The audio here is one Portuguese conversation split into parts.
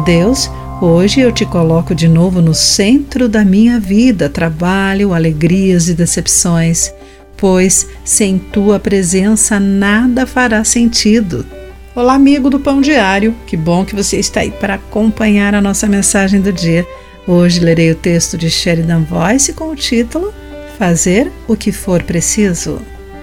Deus, hoje eu te coloco de novo no centro da minha vida, trabalho, alegrias e decepções, pois sem tua presença nada fará sentido. Olá, amigo do Pão Diário, que bom que você está aí para acompanhar a nossa mensagem do dia. Hoje lerei o texto de Sheridan Voice com o título Fazer o que for preciso.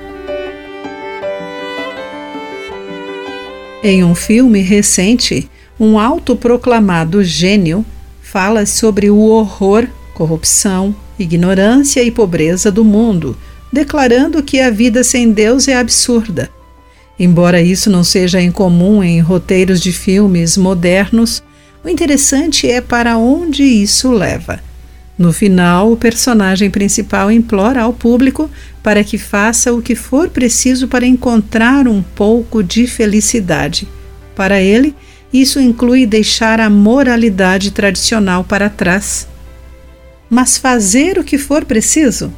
Em um filme recente, um autoproclamado gênio fala sobre o horror, corrupção, ignorância e pobreza do mundo, declarando que a vida sem Deus é absurda. Embora isso não seja incomum em roteiros de filmes modernos, o interessante é para onde isso leva. No final, o personagem principal implora ao público para que faça o que for preciso para encontrar um pouco de felicidade. Para ele, isso inclui deixar a moralidade tradicional para trás. Mas fazer o que for preciso?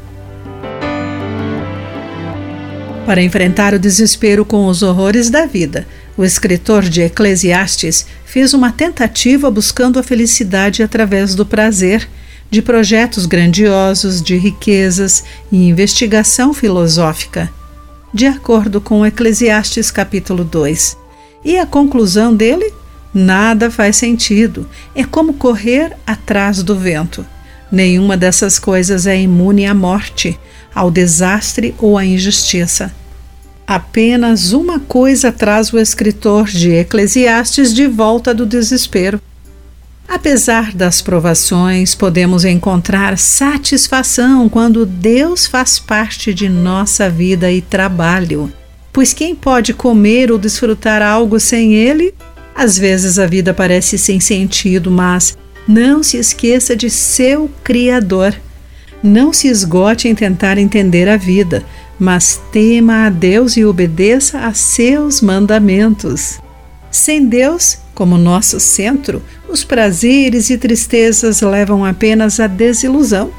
Para enfrentar o desespero com os horrores da vida, o escritor de Eclesiastes fez uma tentativa buscando a felicidade através do prazer, de projetos grandiosos, de riquezas e investigação filosófica. De acordo com Eclesiastes capítulo 2. E a conclusão dele? Nada faz sentido. É como correr atrás do vento. Nenhuma dessas coisas é imune à morte, ao desastre ou à injustiça. Apenas uma coisa traz o escritor de Eclesiastes de volta do desespero. Apesar das provações, podemos encontrar satisfação quando Deus faz parte de nossa vida e trabalho. Pois quem pode comer ou desfrutar algo sem Ele? Às vezes a vida parece sem sentido, mas não se esqueça de seu Criador. Não se esgote em tentar entender a vida, mas tema a Deus e obedeça a seus mandamentos. Sem Deus como nosso centro, os prazeres e tristezas levam apenas à desilusão.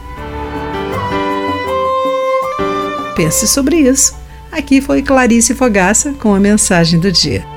Pense sobre isso. Aqui foi Clarice Fogaça com a mensagem do dia.